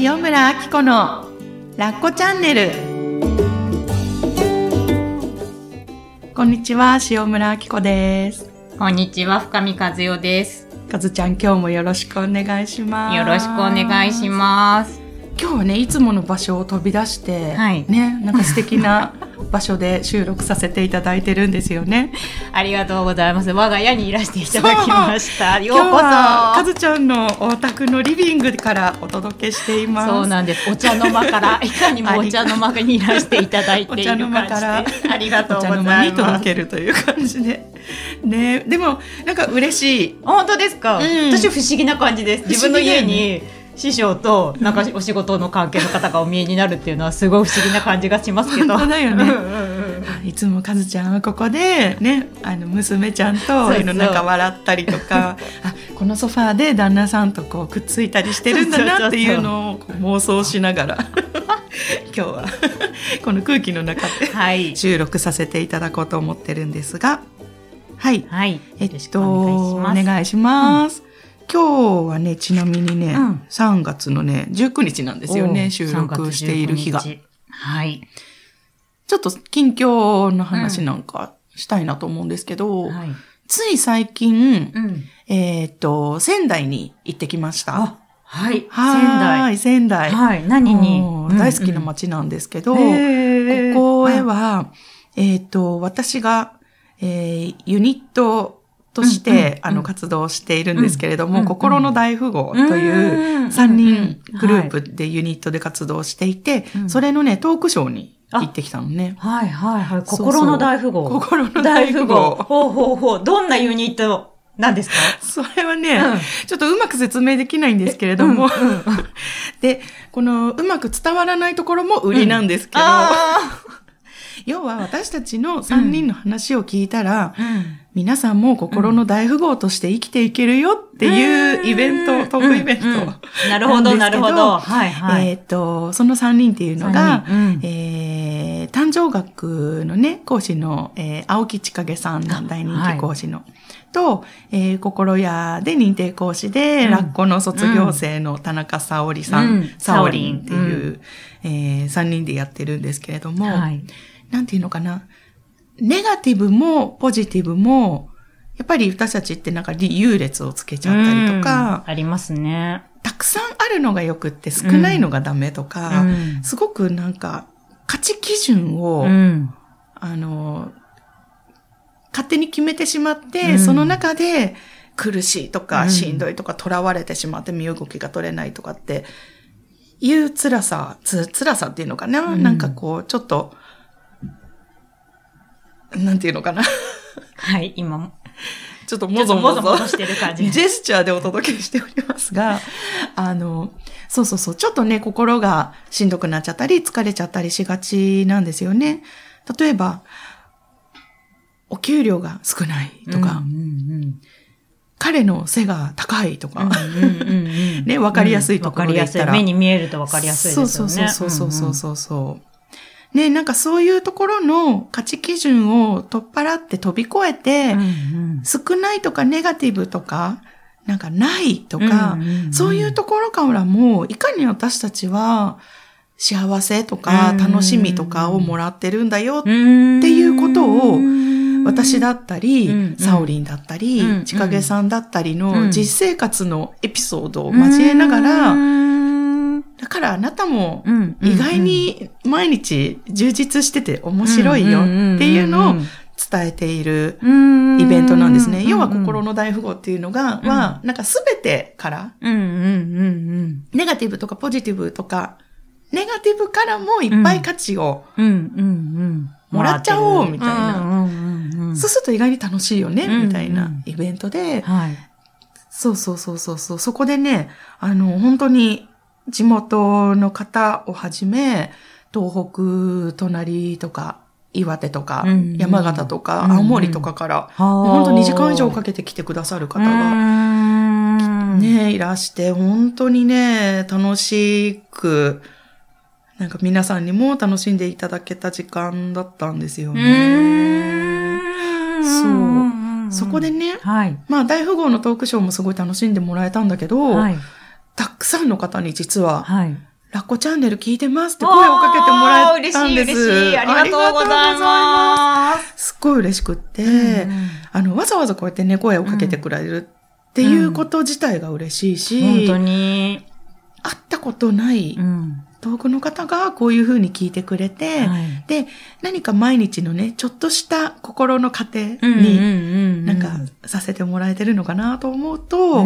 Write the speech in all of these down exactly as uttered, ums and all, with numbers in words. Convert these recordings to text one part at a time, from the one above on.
塩村あき子のラッコチャンネル。こんにちは、塩村あき子です。 こんにちは、深見和代です。 かずちゃん、今日もよろしくお願いします。 よろしくお願いします。 今日はね、いつもの場所を飛び出して、はい、ね、なんか素敵な場所で収録させていただいてるんですよね。 ありがとうございます。我が家にいらしていただきました。ようこそ。 今日はかずちゃんのお宅のリビングからお届けしています。 そうなんです。お茶の間からいかにもお茶の間にいらしていただいている感じで、お茶の間からありがとうございます。お茶の間に届けるという感じで。ね、でもなんか嬉しい。 本当ですか、うん、私不思議な感じです。自分の家に師匠となんかお仕事の関係の方がお見えになるっていうのはすごい不思議な感じがしますけど。 本当だよね。いつもかずちゃんはここでね、あの娘ちゃんとなんか笑ったりとか、あ、このソファーで旦那さんとこうくっついたりしてるんだなっていうのを妄想しながら今日はこの空気の中で収録させていただこうと思ってるんですが、はい、はい、えっとお願いします。うん、今日はね、ちなみにね、うん、さんがつのね、じゅうくにちなんですよね、収録している日が。 はい。 ちょっと近況の話なんかしたいなと思うんですけど、うんはい、つい最近、うん、えっと、仙台に行ってきました。 あ、はい。 はい、仙台。 はい、何に、 大好きな街なんですけど、うんうん、ここへは、えっと、私が、えー、ユニットとして、うんうん、あの、活動しているんですけれども、うんうん、心の大富豪というさんにんグループでユニットで活動していて、うん、それのね、トークショーに行ってきたのね。 はいはいはい。心の大富豪。 そうそう、心の大富豪。 ほうほうほう。どんなユニットなんですか？ それはね、うん、ちょっとうまく説明できないんですけれども、うんうん、で、このうまく伝わらないところも売りなんですけど、うん、要は私たちのさんにんの話を聞いたら、うん、皆さんも心の大富豪として生きていけるよっていうイベント、うん、トークイベント、うんうん、 なるほど、なるほど。はいはい。 えっと、そのさんにんっていうのが、うん、えー、誕生学のね、講師の、えー、青木千景さんの大人気講師の、はい、と、えー、心屋で認定講師で、うん、ラッコの卒業生の田中沙織さん、うん、沙織っていう、うんえー、さんにんでやってるんですけれども、はいなんていうのかな。ネガティブもポジティブも、やっぱり私たちってなんか優劣をつけちゃったりとか。 ありますね。 たくさんあるのがよくって少ないのがダメとか、うん、すごくなんか価値基準を、うん、あの、勝手に決めてしまって、うん、その中で苦しいとか、しんどいとか、囚われてしまって身動きが取れないとかっていう辛さ、つ、辛さっていうのかな、うん、なんかこう、ちょっと、なんていうのかなはい、今も。 ちょっともぞもぞ。 もぞもぞしてる感じ。 ジェスチャーでお届けしておりますが、あの、そうそうそう、ちょっとね、心がしんどくなっちゃったり、疲れちゃったりしがちなんですよね。例えば、お給料が少ないとか、うんうんうん、彼の背が高いとか、うんうんうんうん、ね、わかりやすいところで言ったら、うん、 目に見えるとわかりやすいですよね。 そうそうそうそうそうそう。うんうんね、なんかそういうところの価値基準を取っ払って飛び越えて、うんうん、少ないとかネガティブとか、なんかないとか、うんうんうん、そういうところからも、いかに私たちは幸せとか楽しみとかをもらってるんだよっていうことを、私だったり、うんうん、サオリンだったり、うんうん、千景さんだったりの実生活のエピソードを交えながら、だからあなたも意外に毎日充実してて面白いよっていうのを伝えているイベントなんですね。要は心の大富豪っていうのが、はなんかすべてから、ネガティブとかポジティブとか、ネガティブからもいっぱい価値をもらっちゃおうみたいな。そうすると意外に楽しいよねみたいなイベントで、そうそうそうそうそう、そこでね、あの本当に地元の方をはじめ、東北、隣とか、岩手とか、うん、山形とか、うん、青森とかから、うん、本当にじかん以上かけて来てくださる方が、ね、いらして、本当にね、楽しく、なんか皆さんにも楽しんでいただけた時間だったんですよね。そう。そこでね、はい、まあ大富豪のトークショーもすごい楽しんでもらえたんだけど、はい、たくさんの方に実は、はい、 ラッコチャンネル聞いてますって声をかけてもらえたんです。 嬉しい嬉しい。ありがとうございます。 すっごい嬉しくって、うん、あの、わざわざこうやってね、声をかけてくれるっていうこと自体が嬉しいし、 うん、本当に。 会ったことない、うん遠くの方がこういう風に聞いてくれて、はい、で、何か毎日のね、ちょっとした心の糧に、なんかさせてもらえてるのかなと思うと、うん、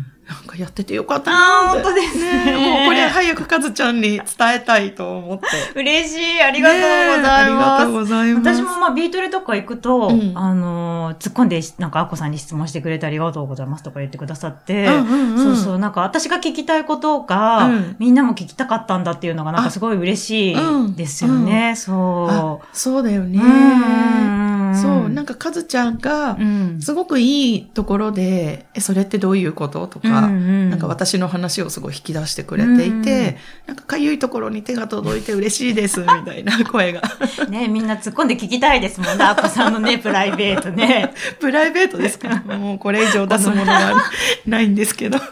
なんかやっててよかったなって。 あ、本当ですね。 もうこれ早くカズちゃんに伝えたいと思って。 嬉しい。ありがとうございます。ありがとうございます。 私もまあビートルとか行くと、うん、あの、突っ込んで、なんかアッコさんに質問してくれてありがとうございますとか言ってくださって、うんうんうん、そうそう、なんか私が聞きたいことが、うん、みんなも聞きたかったんだっていうのがなんかすごい嬉しいですよね。うんうん、そう。 そうだよね。そう、なんかカズちゃんが、すごくいいところで、え、それってどういうこととか、うんうん、なんか私の話をすごい引き出してくれていて、うんうん、なんかかゆいところに手が届いて嬉しいです、みたいな声が。 ね、みんな突っ込んで聞きたいですもんね、アッコさんのね、プライベートね。 プライベートですか？もうこれ以上出すものがないんですけど。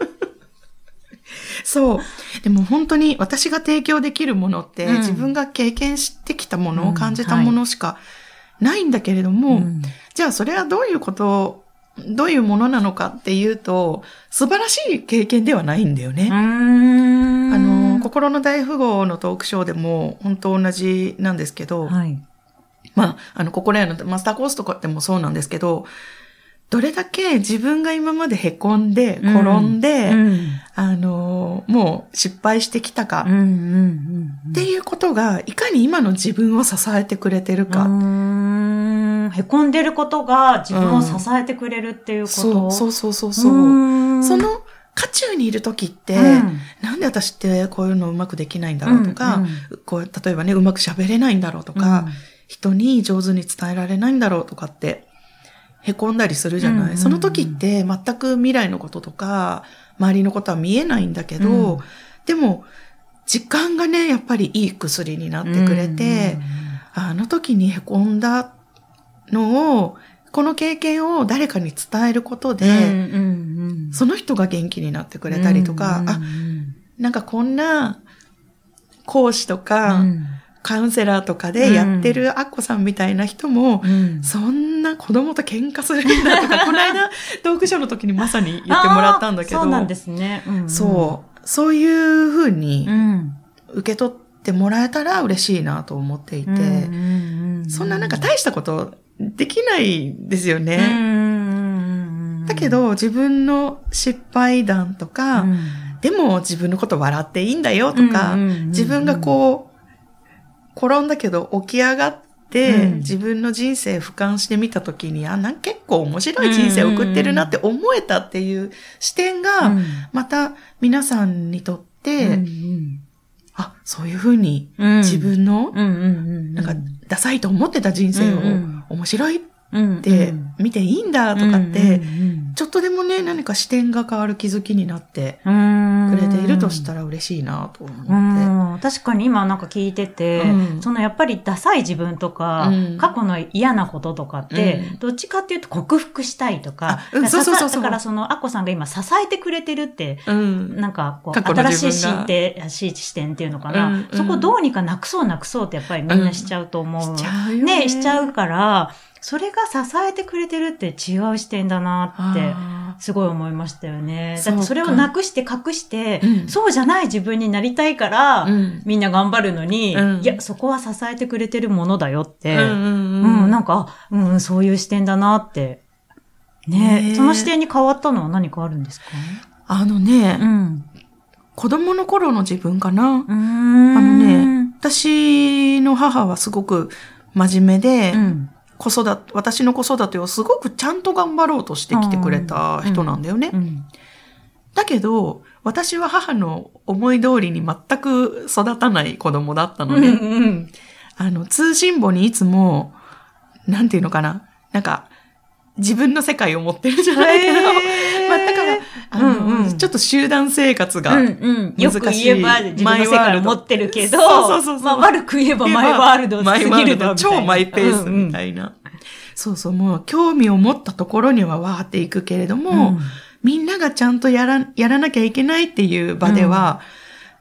そう。でも本当に私が提供できるものって、うん、自分が経験してきたものを感じたものしかないんだけれども、うん、じゃあそれはどういうことどういうものなのかっていうと、素晴らしい経験ではないんだよね。 うーんあの、心の大富豪のトークショーでも本当同じなんですけど、はい、まあ、あの、心屋のマスターコースとかでもそうなんですけど、どれだけ自分が今まで凹んで、転んで、うんうん、あの、もう失敗してきたか、うんうんうんうん、っていうことが、いかに今の自分を支えてくれてるか。 うーん凹んでることが自分を支えてくれるっていうこと、 うん、そうそうそうそう。うその渦中にいる時って、うん、なんで私ってこういうのうまくできないんだろうとか、うんうん、こう例えばね、うまく喋れないんだろうとか、うん、人に上手に伝えられないんだろうとかって、凹んだりするじゃない、うんうんうん、その時って全く未来のこととか周りのことは見えないんだけど、うん、でも時間がねやっぱりいい薬になってくれて、うんうんうん、あの時に凹んだのをこの経験を誰かに伝えることで、うんうんうん、その人が元気になってくれたりとか、うんうんうん、あ、なんかこんな講師とか、うんカウンセラーとかでやってるアッコさんみたいな人も、うん、そんな子供と喧嘩するんだとか、この間トークショーの時にまさに言ってもらったんだけど、 そうなんですね。うんうん、 そう、そういう風に受け取ってもらえたら嬉しいなと思っていて、うんうんうん、そんななんか大したことできないんですよね。うんうんうん、だけど自分の失敗談とか、うん、でも自分のこと笑っていいんだよとか、うんうんうんうん、自分がこう転んだけど起き上がって、うん、自分の人生俯瞰してみたときに、あ、なんか結構面白い人生を送ってるなって思えたっていう視点が、うん、また皆さんにとって、うんうん、あ、そういうふうに自分の、なんかダサいと思ってた人生を面白いって見ていいんだとかって、ちょっとでもね、何か視点が変わる気づきになってくれているとしたら嬉しいなと思って。 うん確かに今なんか聞いてて、うん、そのやっぱりダサい自分とか、うん、過去の嫌なこととかって、うん、どっちかっていうと克服したいとか、うん、そうそうそうそうだからそのアッコさんが今支えてくれてるって、うん、なんかこう新しい視点、視点っていうのかな、うんうん、そこどうにかなくそうなくそうってやっぱりみんなしちゃうと思う。 うん、しちゃうよね。 ね、しちゃうから、それが支えてくれてるって違う視点だなってすごい思いましたよね。だってそれをなくして隠して、うん、そうじゃない自分になりたいから、うん、みんな頑張るのに、うん、いや、そこは支えてくれてるものだよって、うんうんうんうん、なんか、うん、そういう視点だなって。ね, ねその視点に変わったのは何かあるんですか？ あのね、うん、子供の頃の自分かな。うーんあのね、私の母はすごく真面目で、うん子育て、私の子育てをすごくちゃんと頑張ろうとしてきてくれた人なんだよね。うんうん、だけど、私は母の思い通りに全く育たない子供だったので、うんうん、あの、通信簿にいつも、なんていうのかな、なんか、自分の世界を持ってるじゃないけど、まあ、だから、あの、うんうん、ちょっと集団生活が難しい。うんうん、 よく言えば自分の世界を持ってるけど、そうそうそうそうまあ、悪く言えばマイワールドすぎるだみたいな。 超マイペースみたいな、うんうん。そうそう、もう興味を持ったところにはわーっていくけれども、うん、みんながちゃんとやら、やらなきゃいけないっていう場では、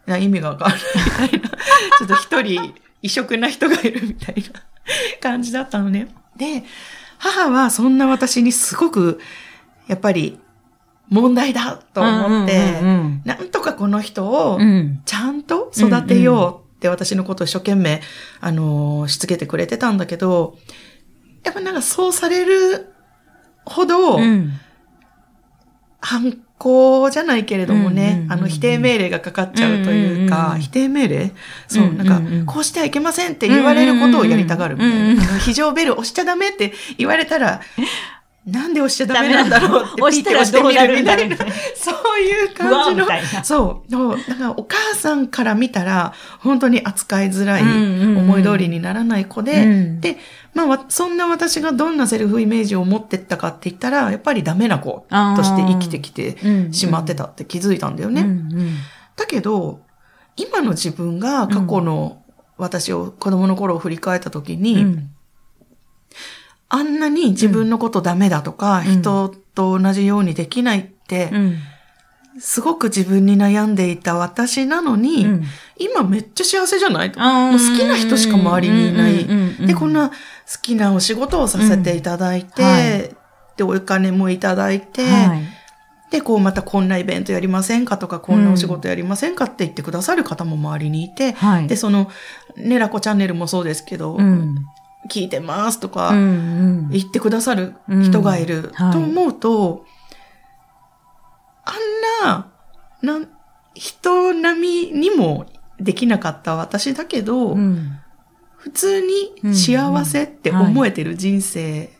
意味がわかんないみたいな、ちょっと一人異色な人がいるみたいな感じだったのね。で、母はそんな私にすごく、やっぱり問題だと思って、うんうんうんうん、なんとかこの人をちゃんと育てようって私のことを一生懸命、あのー、しつけてくれてたんだけど、やっぱなんかそうされるほど、うん、反抗じゃないけれどもね、うんうんうん、あの否定命令がかかっちゃうというか、うんうんうん、否定命令そう、うんうんうん、なんか、こうしてはいけませんって言われることをやりたがるみたいな。うんうんうん、あの非常ベル押しちゃダメって言われたら、なんで押しちゃダメなんだろうってピッて押してみるみたいな。そういう感じの。そう。だからお母さんから見たら、本当に扱いづらい、思い通りにならない子で、うんうん、で、まあ、そんな私がどんなセルフイメージを持ってったかって言ったら、やっぱりダメな子として生きてきてしまってたって気づいたんだよね。うんうん、だけど、今の自分が過去の私を、子供の頃を振り返った時に、うん、あんなに自分のことダメだとか、うん、人と同じようにできないって、うん、すごく自分に悩んでいた私なのに、うん、今めっちゃ幸せじゃないと。もう好きな人しか周りにいない。で、こんな好きなお仕事をさせていただいて、うんはい、で、お金もいただいて、はい、で、こうまたこんなイベントやりませんかとか、こんなお仕事やりませんかって言ってくださる方も周りにいて、はい、で、その、ねらこチャンネルもそうですけど、うん聞いてますとか言ってくださる人がいると思うと、あんな、な、人並みにもできなかった私だけど、うん、普通に幸せって思えてる人生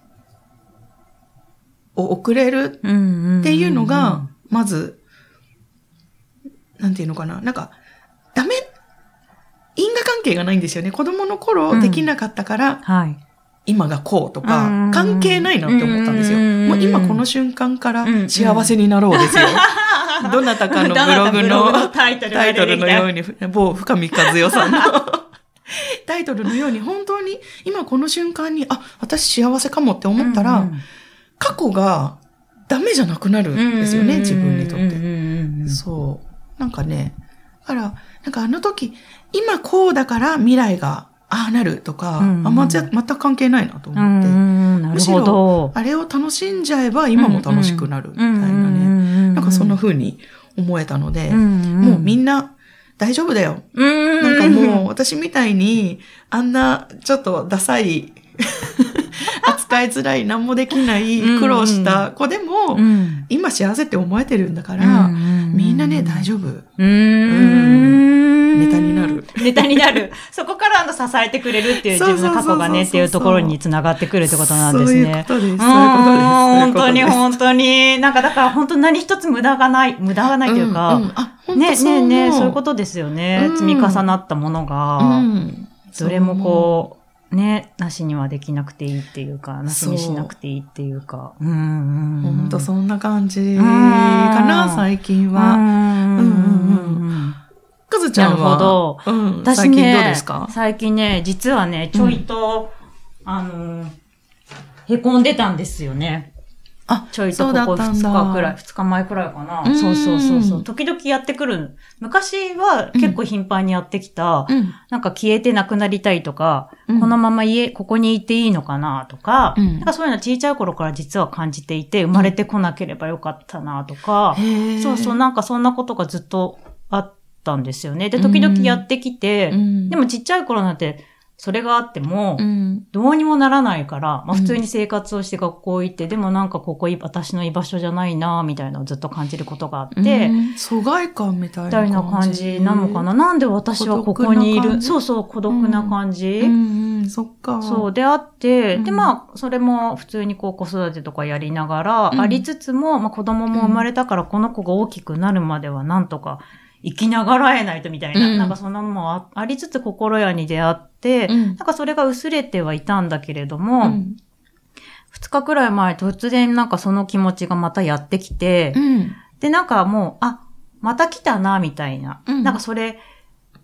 を送れるっていうのが、まず、なんていうのかな、なんか、ダメ因果関係がないんですよね。子供の頃できなかったから、うんはい、今がこうとか、関係ないなって思ったんですよ。もう今この瞬間から幸せになろうですよ。うんうん、どなたかのブログのタイトルのように、某深見和代さんのタイトルのように、本当に今この瞬間に、あ、私幸せかもって思ったら、うんうん、過去がダメじゃなくなるんですよね、自分にとって。そう。なんかね、だから、なんかあの時、今こうだから未来がああなるとか、うんうん、あんま全く関係ないなと思って。うんなるほどむしろ、あれを楽しんじゃえば今も楽しくなるみたいなね。うんうん、なんかそんな風に思えたので、うんうん、もうみんな大丈夫だよ。うんうん、なんかもう私みたいに、あんなちょっとダサい、扱いづらい、何もできない、苦労した子でも、うんうん、今幸せって思えてるんだから、うんうん、みんなね、大丈夫。うんうんネタになる。 ネタになる。そこからあの支えてくれるっていう自分の過去がねっていうところにつながってくるってことなんですね。そういうことです。そういうことです。本当に本当に。なんかだから本当何一つ無駄がない、無駄がないというか、うんうん、あねねねそういうことですよね。うん、積み重なったものが、うん、どれもこう、ね、なしにはできなくていいっていうか、なしにしなくていいっていうか。うんうん、 本当そんな感じかな、最近は。うんうんうんかずちゃんは。なるほど。うん、私ね、最近どうですか？ 最近ね、実はね、ちょいと、うん、あの、へこんでたんですよね。あ、ちょいとここふつかくらい、ふつかまえくらいかな。そうそうそうそう。時々やってくる。昔は結構頻繁にやってきた、うん、なんか消えてなくなりたいとか、うん、このまま家、ここにいていいのかなとか、うん、なんかそういうの小さい頃から実は感じていて、生まれてこなければよかったなとか、うん、そうそう、なんかそんなことがずっとあって、たんですよね。で、時々やってきて、うん、でもちっちゃい頃なんて、それがあっても、どうにもならないから、まあ普通に生活をして学校行って、でもなんかここ私の居場所じゃないなみたいなのをずっと感じることがあって、 うん、疎外感みたいな感じ。みたいな感じなのかな。なんで私はここにいる。そうそう、孤独な感じ。 うんうん、そっか。 そうであって、うん、でまあ、それも普通にこう子育てとかやりながら、うん、ありつつも、まあ子供も生まれたからこの子が大きくなるまではなんとか、生きながらえないとみたいな、うん、なんかそんなものもありつつ心屋に出会って、うん、なんかそれが薄れてはいたんだけれども、うん、ふつかくらい前突然なんかその気持ちがまたやってきて、うん、でなんかもう、あ、また来たな、みたいな、うん。なんかそれ、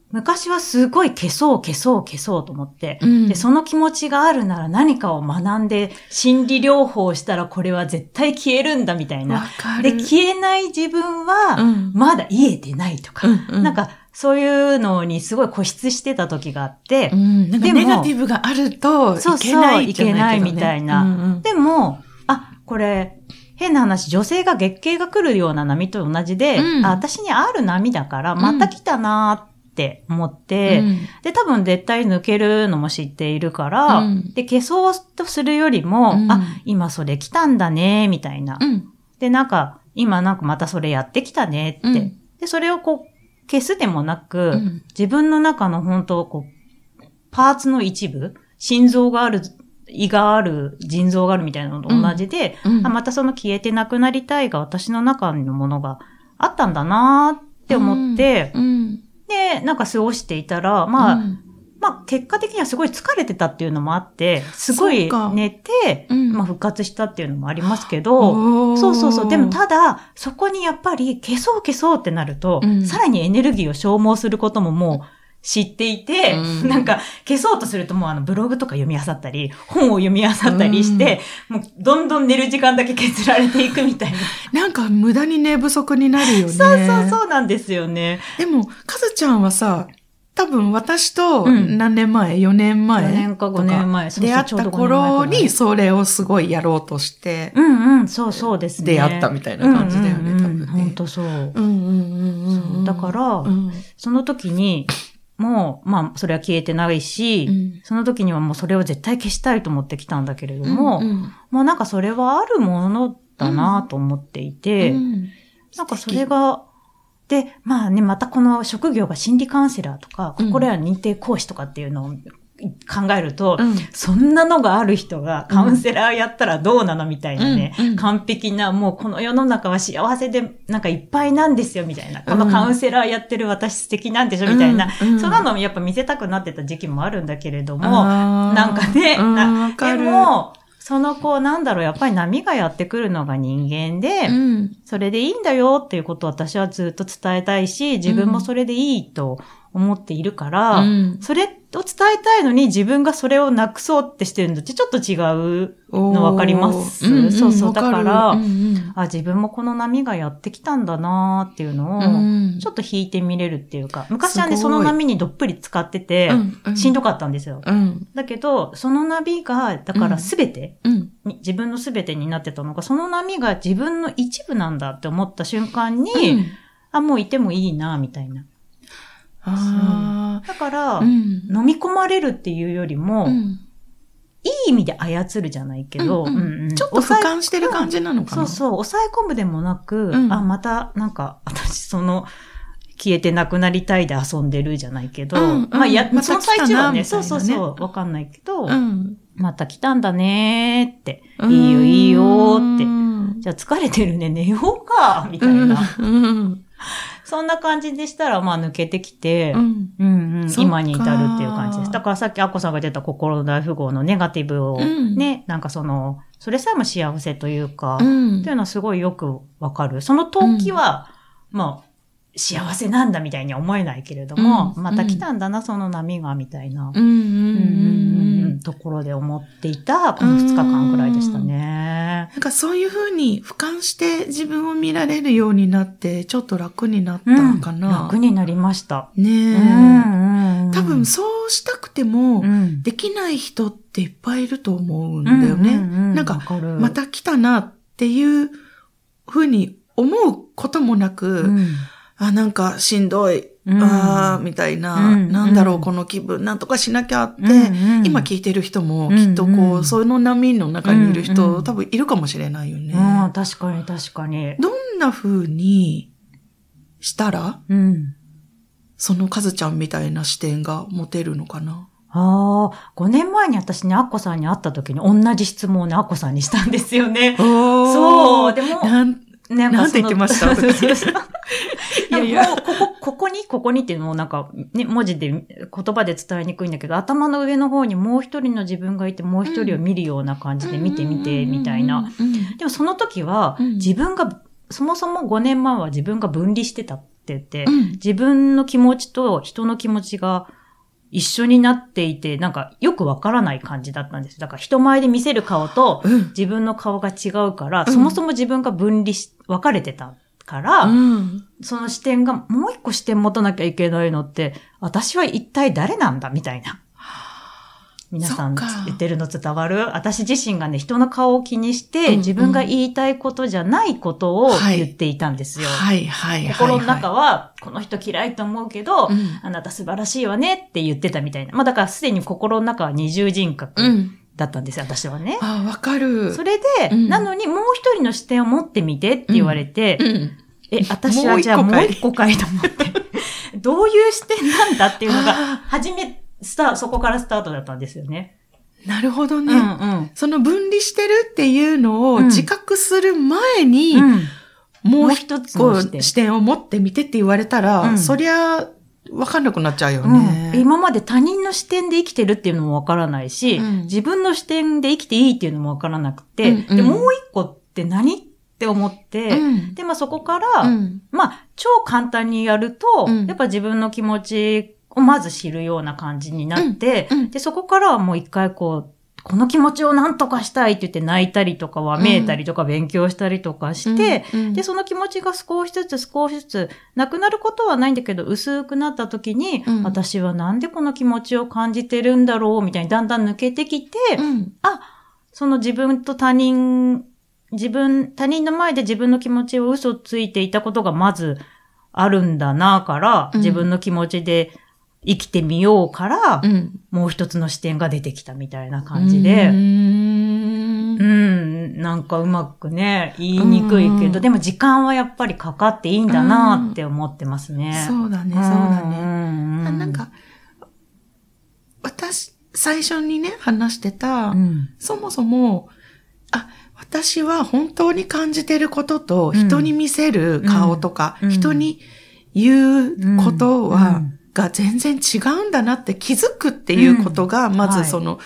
昔はすごい消そう消そう消そうと思って、うん、で、その気持ちがあるなら何かを学んで心理療法をしたらこれは絶対消えるんだみたいな。で、消えない自分はまだ癒えてないとか、うんうん、なんかそういうのにすごい固執してた時があって、 うん、なんかネガティブがあるといけないそうそういけないみたいな。うんうん、でも、あ、これ、変な話、女性が月経が来るような波と同じで、うん、あ、私にある波だから、また来たなーって思って、うん、で、多分絶対抜けるのも知っているから、うん、で、消そうとするよりも、うん、あ、今それ来たんだね、みたいな、うん。で、なんか、今なんかまたそれやってきたねって。うん、で、それをこう、消すでもなく、うん、自分の中の本当、こう、パーツの一部、心臓がある、胃がある、腎臓があるみたいなのと同じで、うんうん、あ、またその消えてなくなりたいが私の中のものがあったんだなーって思って、うんうんで、なんか過ごしていたら、まあ、うん、まあ結果的にはすごい疲れてたっていうのもあって、すごい寝て、うん、まあ復活したっていうのもありますけど、そうそうそう。でもただ、そこにやっぱり消そう消そうってなると、うん、さらにエネルギーを消耗することももう知っていて、うん、なんか消そうとするともうあのブログとか読み漁ったり、本を読み漁ったりして、うん、もうどんどん寝る時間だけ削られていくみたいな。 なんか無駄に寝不足になるよね。 そうそうそうなんですよね。 でも、かずちゃんはさ、多分私と何年前、うん、よねんまえよねんかごねんまえ出会った頃にそれをすごいやろうとして、 うんうん、そうそうですね。 出会ったみたいな感じだよね、 うんうんうん、 多分ね。 本当そう。うんうんうんうん、 だから、うん、その時に、もう、まあ、それは消えてないし、うん、その時にはもうそれを絶対消したいと思ってきたんだけれども、うんうん、もうなんかそれはあるものだなと思っていて、うんうん、なんかそれが、で、まあね、またこの職業が心理カウンセラーとか、心や認定講師とかっていうのを考えると、うん、そんなのがある人がカウンセラーやったらどうなのみたいなね、うんうん、完璧な、もうこの世の中は幸せでなんかいっぱいなんですよみたいな、このカウンセラーやってる私素敵なんでしょみたいな、うんうん、そんなのやっぱ見せたくなってた時期もあるんだけれども、なんかね、なでも、その子なんだろう、やっぱり波がやってくるのが人間で、うん、それでいいんだよっていうことを私はずっと伝えたいし、自分もそれでいいと思っているから、うん、それを伝えたいのに自分がそれをなくそうってしてるのってちょっと違うの分かります。うんうん、そうそう。だから、うんうん、あ、自分もこの波がやってきたんだなーっていうのを、ちょっと引いてみれるっていうか、昔はね、その波にどっぷり使ってて、うんうん、しんどかったんですよ。うん、だけど、その波が、だからすべて、うん、自分のすべてになってたのが、その波が自分の一部なんだって思った瞬間に、うん、あ、もういてもいいな、みたいな。あだから、うん、飲み込まれるっていうよりも、うん、いい意味で操るじゃないけど、 うんうんうん、ちょっと俯瞰してる感じなのかな、 うん、そうそう、抑え込むでもなく、うん、あ、また、なんか、私その、消えてなくなりたいで遊んでるじゃないけど、うんうん、まあ、や、まあ、その最中はね、そうそうそう、わかんないけど、うん、また来たんだねーって、いいよいいよーって、じゃあ疲れてるね、寝ようか、みたいな。うんうんそんな感じでしたら、まあ抜けてきて、うんうんうん、今に至るっていう感じです。だからさっきアッコさんが出た心の大富豪のネガティブをね、うん、なんかその、それさえも幸せというか、うん、っていうのはすごいよくわかる。その時は、うん、まあ、幸せなんだみたいには思えないけれども、うん、また来たんだな、その波が、みたいな、うんうんうん、ところで思っていた、このふつかかんくらいでしたね。 なんかそういうふうに俯瞰して自分を見られるようになって、ちょっと楽になったのかな、 うん、楽になりました。 ねえ、うんうん。多分そうしたくても、できない人っていっぱいいると思うんだよね。うんうんうん、なんか、また来たなっていうふうに思うこともなく、うんあ、なんかしんどい、うん、あーみたいな、うん、なんだろう、この気分、なんとかしなきゃって、うんうん、今聞いてる人もきっとこう、うんうん、その波の中にいる人、うんうん、多分いるかもしれないよね。 うん、確かに確かに。 どんな風にしたら、うん、そのカズちゃんみたいな視点が持てるのかなああ、ごねんまえに私ね、アッコさんに会った時に同じ質問をね、アッコさんにしたんですよね。そう、でも、 なんなんなんて言ってましたいやいや、ここ、ここに、ここにっていうのもなんか、ね、文字で、言葉で伝えにくいんだけど、頭の上の方にもう一人の自分がいて、もう一人を見るような感じで見てみて、みたいな。でもその時は、自分が、そもそもごねんまえは自分が分離してたって言って、うん、自分の気持ちと人の気持ちが一緒になっていて、なんかよくわからない感じだったんです。だから人前で見せる顔と自分の顔が違うから、うん、そもそも自分が分離し、分かれてたから、うん、その視点がもう一個視点持たなきゃいけないのって、私は一体誰なんだみたいな。皆さん言ってるの伝わる？私自身がね、人の顔を気にして、うんうん、自分が言いたいことじゃないことを言っていたんですよ。 はい、はい、はい。 心の中は、この人嫌いと思うけど、うん、あなた素晴らしいわねって言ってたみたいな。まあだからすでに心の中は二重人格だったんですよ、うん、私はね。 ああ、わかる。 それで、うん、なのにもう一人の視点を持ってみてって言われて、うんうん、え、私はじゃあもう一個かいと思って、どういう視点なんだっていうのが、初め、スタート、そこからスタートだったんですよね。 なるほどね。うんうん、その分離してるっていうのを自覚する前に、うん、もう一つの視点、視点を持ってみてって言われたら、うん、そりゃ、わかんなくなっちゃうよね、 うん。今まで他人の視点で生きてるっていうのもわからないし、うん、自分の視点で生きていいっていうのもわからなくて、うんうん、で、もう一個って何って思って、うん、で、まあそこから、うん、まあ超簡単にやると、うん、やっぱ自分の気持ちをまず知るような感じになって、うんうん、で、そこからはもう一回こう、この気持ちを何とかしたいって言って泣いたりとかわめいたりとか勉強したりとかして、うんうん、で、その気持ちが少しずつ少しずつなくなることはないんだけど、薄くなった時に、うん、私はなんでこの気持ちを感じてるんだろうみたいにだんだん抜けてきて、うん、あ、その自分と他人、自分、他人の前で自分の気持ちを嘘ついていたことがまずあるんだなから、自分の気持ちで生きてみようから、うん、もう一つの視点が出てきたみたいな感じで、うーん、うん、なんかうまくね、言いにくいけど、でも時間はやっぱりかかっていいんだなって思ってますね。 そうだね、そうだね。なんか、私、最初にね、話してた、うん、そもそも、あ、私は本当に感じてることと、人に見せる顔とか、うん、人に言うことは、うんうんが全然違うんだなって気づくっていうことが、うん、まずその、はい、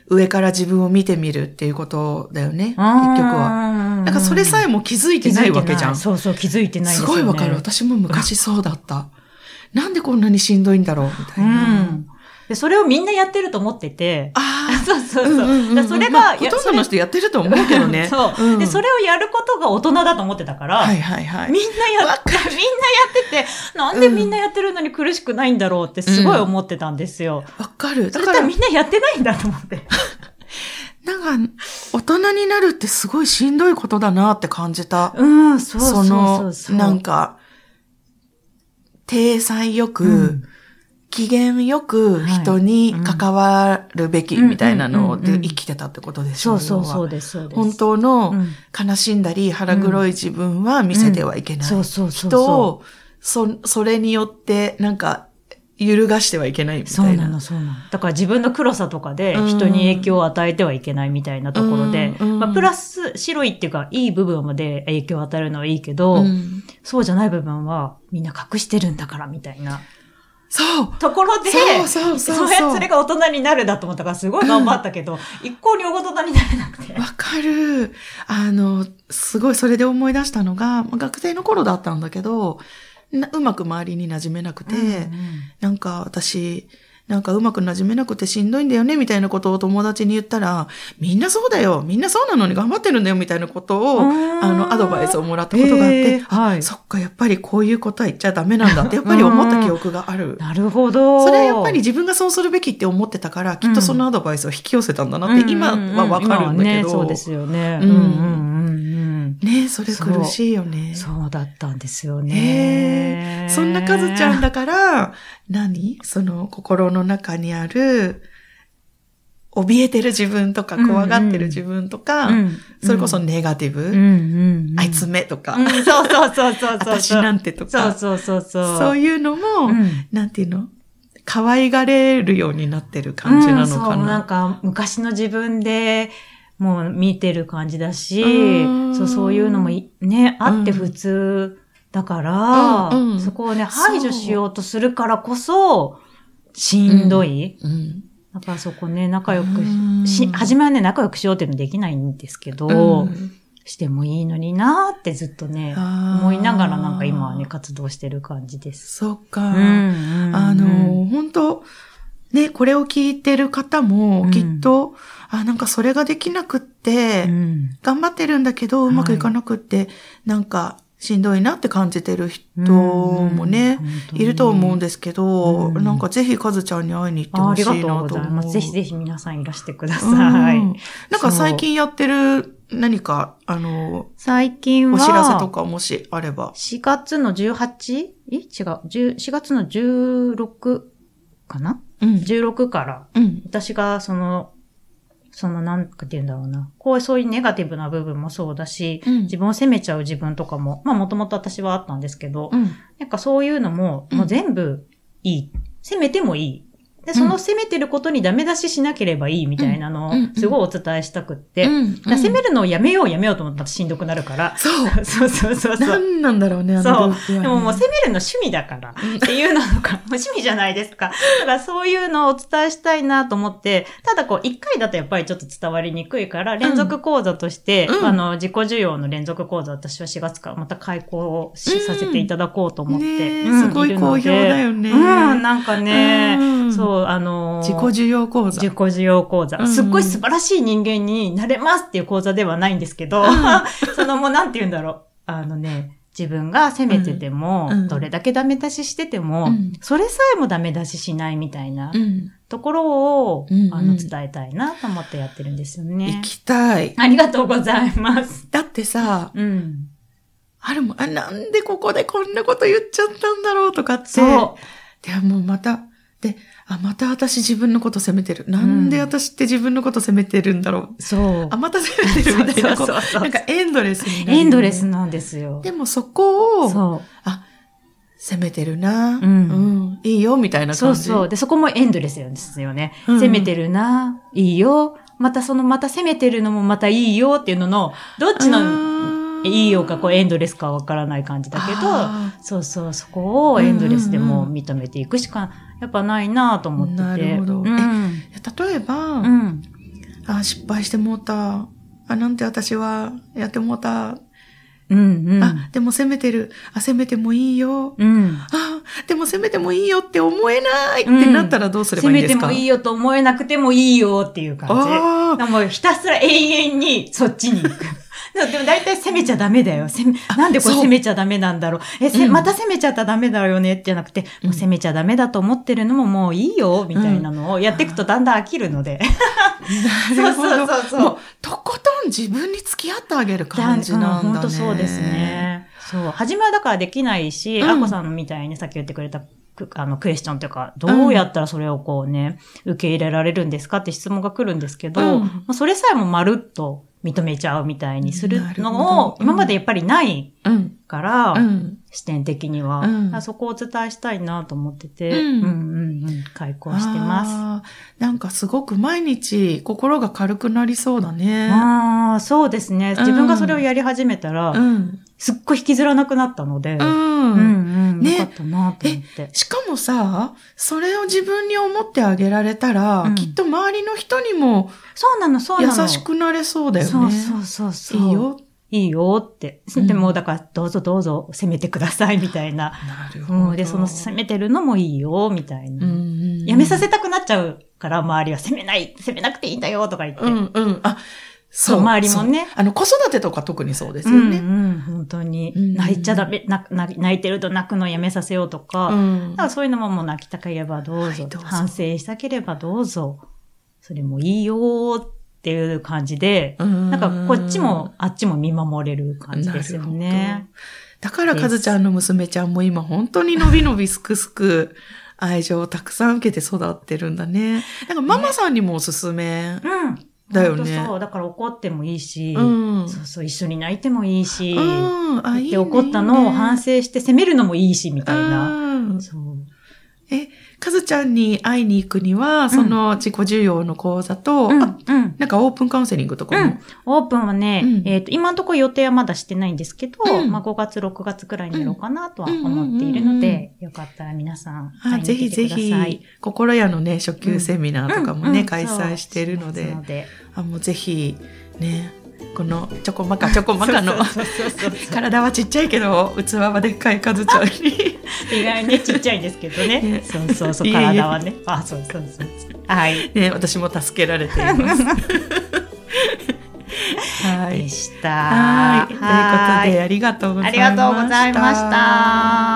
上から自分を見てみるっていうことだよね、結局は。なんかそれさえも気づいてないわけじゃん。 そうそう、気づいてないんですよね。 すごいわかる。私も昔そうだった。なんでこんなにしんどいんだろうみたいな。うんで、それをみんなやってると思ってて。 ああ。 そうそうそう。うんうんうん、それが、まあ、 ほとんどの人やってると思うけどね。 そう、うん。で、それをやることが大人だと思ってたから。 はいはいはい。 みんなやって、みんなやってて、なんでみんなやってるのに苦しくないんだろうってすごい思ってたんですよ。 わ、うん、かる。 だからみんなやってないんだと思って。 なんか、大人になるってすごいしんどいことだなって感じた。 うん、そうそうそうそう。 その、なんか、体裁よく、うん機嫌よく人に関わるべきみたいなので生きてたってことでしょう。 そうそうそうです、そうです。 本当の悲しんだり腹黒い自分は見せてはいけない。 そうそうそう。 人を、そ、それによってなんか揺るがしてはいけないみたいな。 そうなの、そうなの。だから自分の黒さとかで人に影響を与えてはいけないみたいなところで、まあプラス白いっていうかいい部分まで影響を与えるのはいいけど、うん、そうじゃない部分はみんな隠してるんだからみたいな。 そうところで、 そうそうそうそう。 それ、それが大人になるだと思ったからすごい頑張ったけど、うん、一向に大人になれなくて。 わかる。あの、すごいそれで思い出したのが、学生の頃だったんだけど、うまく周りに馴染めなくて、うんうん、なんか私、なんかうまく馴染めなくてしんどいんだよね、みたいなことを友達に言ったら、みんなそうだよ、みんなそうなのに頑張ってるんだよ、みたいなことを、あの、アドバイスをもらったことがあって、はい、そっか、やっぱりこういうことは言っちゃダメなんだって、やっぱり思った記憶がある。 なるほど。 それはやっぱり自分がそうするべきって思ってたから、きっとそのアドバイスを引き寄せたんだなって、今はわかるんだけど。 ね、そうですよね。うんうんうんねそれ苦しいよね。 そう、そうだったんですよね。 そんなカズちゃんだから、何その心の中にある、怯えてる自分とか、怖がってる自分とか、うんうん、それこそネガティブ、うんうんうん、あいつめとか、 うん、そうそうそうそうそう。 私なんてとか、 そうそうそうそう。 そういうのも、うん、なんていうの可愛がれるようになってる感じなのかな。うん、 そう、なんか昔の自分で、もう見てる感じだし、そう、そういうのもね、あって普通だから、うんうん、そこをね、排除しようとするからこそ、しんどい。うんうん、だからそこね、仲良くし、初めはね、仲良くしようっていうのできないんですけど、うん、してもいいのになーってずっとね、思いながらなんか今はね、活動してる感じです。 そっか。うんうんうん、あの、本当ね、これを聞いてる方も、きっと、うん、あ、なんかそれができなくって、うん、頑張ってるんだけど、うまくいかなくって、はい、なんか、しんどいなって感じてる人もね、いると思うんですけど、うん、なんかぜひカズちゃんに会いに行ってほしいなと思う。ありがとうございます。 ぜひぜひ皆さんいらしてください。うん、 なんか最近やってる何か、あの、 最近は、 お知らせとかもしあれば。 しがつのじゅうはち? え違う。しがつのじゅうろくかな、うん、じゅうろくから、うん、私がその、そのなんかって言うんだろうな。こうそういうネガティブな部分もそうだし、うん、自分を責めちゃう自分とかも、まあもともと私はあったんですけど、うん、なんかそういうのも、もう全部いい。責めてもいい。で、その責めてることにダメ出ししなければいいみたいなのをすごいお伝えしたくって、うんうん、だ責めるのをやめようやめようと思ったらしんどくなるから。 そう。 そうそうそうそう。 何なんだろうね、あの動機はね。そう。でももう責めるの趣味だからっていうのとか、もう趣味じゃないですか。だからそういうのをお伝えしたいなと思って、ただこう一回だとやっぱりちょっと伝わりにくいから、連続講座として、うん、あの、自己需要の連続講座私はしがつからまた開講し、させていただこうと思って。 うん、ね、すごい好評だよね。 うん、なんかね、うん、そう、あの、 自己需要講座。 自己需要講座。すっごい素晴らしい人間になれますっていう講座ではないんですけど、うん、そのもうなんて言うんだろう。あのね、自分が責めてても、うん、どれだけダメ出ししてても、うん、それさえもダメ出ししないみたいなところを、うん、あの伝えたいなと思ってやってるんですよね。 行きたい。 ありがとうございます。 だってさ、うん、あるもん、あ、なんでここでこんなこと言っちゃったんだろうとかって。そう。でもうまた、で、あ、また私自分のこと責めてる。なんで私って自分のこと責めてるんだろう。そう。あ、また責めてるみたいな。そうそうそう。なんかエンドレスになる、ね。 エンドレスなんですよ。 でもそこを、そう。あ、責めてるな。うん。うん。いいよ、みたいな感じ。 そうそう。で、そこもエンドレスなんですよね。うん、責めてるな。いいよ。またその、また責めてるのもまたいいよっていうのの、どっちのいいよかこうエンドレスかわからない感じだけど、そうそう、そこをエンドレスでも認めていくしか、やっぱないなと思ってて。 なるほど。うん、え例えば、うん、あ、失敗してもうた。あ、なんて私はやってもうた。うんうん、あ、でも責めてる。あ、責めてもいいよ。うん、あ、でも責めてもいいよって思えないってなったらどうすればいいんですか？ 責めてもいいよと思えなくてもいいよっていう感じ。あもうひたすら永遠にそっちに行く。でも大体責めちゃダメだよ。責めなんでこれ責めちゃダメなんだろう。え、せ、うん、また責めちゃったらダメだよねじゃなくて、もう責めちゃダメだと思ってるのももういいよみたいなのをやっていくとだんだん飽きるので。 なるほど。そうそうそうそう。もうとことん自分に付き合ってあげる感じなんだね。 本当そうですね。そう。初めはだからできないし、あこさんみたいにさっき言ってくれたあのクエスチョンというか、どうやったらそれをこうね、うん、受け入れられるんですかって質問が来るんですけど、うんまあ、それさえもまるっと認めちゃうみたいにするのを、今までやっぱりないから、うん、視点的には、うん、そこをお伝えしたいなと思ってて、うんうんうん、開講してます。 なんかすごく毎日心が軽くなりそうだね。 ああ、そうですね。自分がそれをやり始めたら、うん、すっごい引きずらなくなったので、うんうんうんね、よかったなと思って。 しかもさ、それを自分に思ってあげられたら、うん、きっと周りの人にも、 そうなの、そうなの。 優しくなれそうだよね。 そうそうそうそう。 いいよ。 いいよって。うん、でも、だから、どうぞどうぞ責めてください、みたいな。 なるほど、 うん。で、その責めてるのもいいよ、みたいな。うん、やめさせたくなっちゃうから、周りは責めない、責めなくていいんだよ、とか言って。 うんうん。あ、 そう、周りもね。 あの、子育てとか特にそうですよね。 うん、うん、本当に。うん、泣いちゃダメ、泣いてると泣くのやめさせようとか。うん、だからそういうのももう泣きたければどうぞ。はい、どうぞ反省したければどうぞ。それもいいよーっていう感じで、なんかこっちもあっちも見守れる感じですよね。 だからかずちゃんの娘ちゃんも今本当にのびのびすくすく愛情をたくさん受けて育ってるんだね。なんかママさんにもおすすめ。ね、うん。だよね。 そう。だから怒ってもいいし、うん、そうそう、一緒に泣いてもいいし、うん、あいいね、で怒ったのを反省して責めるのもいいし、みたいな。うん、そう。 え、かずちゃんに会いに行くには、その自己需要の講座と、うん、あ、うん、なんかオープンカウンセリングとかも。うん、 オープンはね、うん、えっと、今のところ予定はまだしてないんですけど、うん、まあごがつ、ろくがつくらいにやろうかなとは思っているので、よかったら皆さん会いに来てください。 ぜひぜひ、心屋のね、初級セミナーとかもね、うん、開催しているので、あ、もうぜひ、ね、 このちょこまかちょこまかの体はちっちゃいけど器はでっかいカズちゃんに意外にちっちゃいんですけどね。ねそうそうそう、体はね。あ、そうそうそう。はい。 ね、私も助けられています。 はい。でした。 はい。ということでありがとうございました。 ありがとうございました。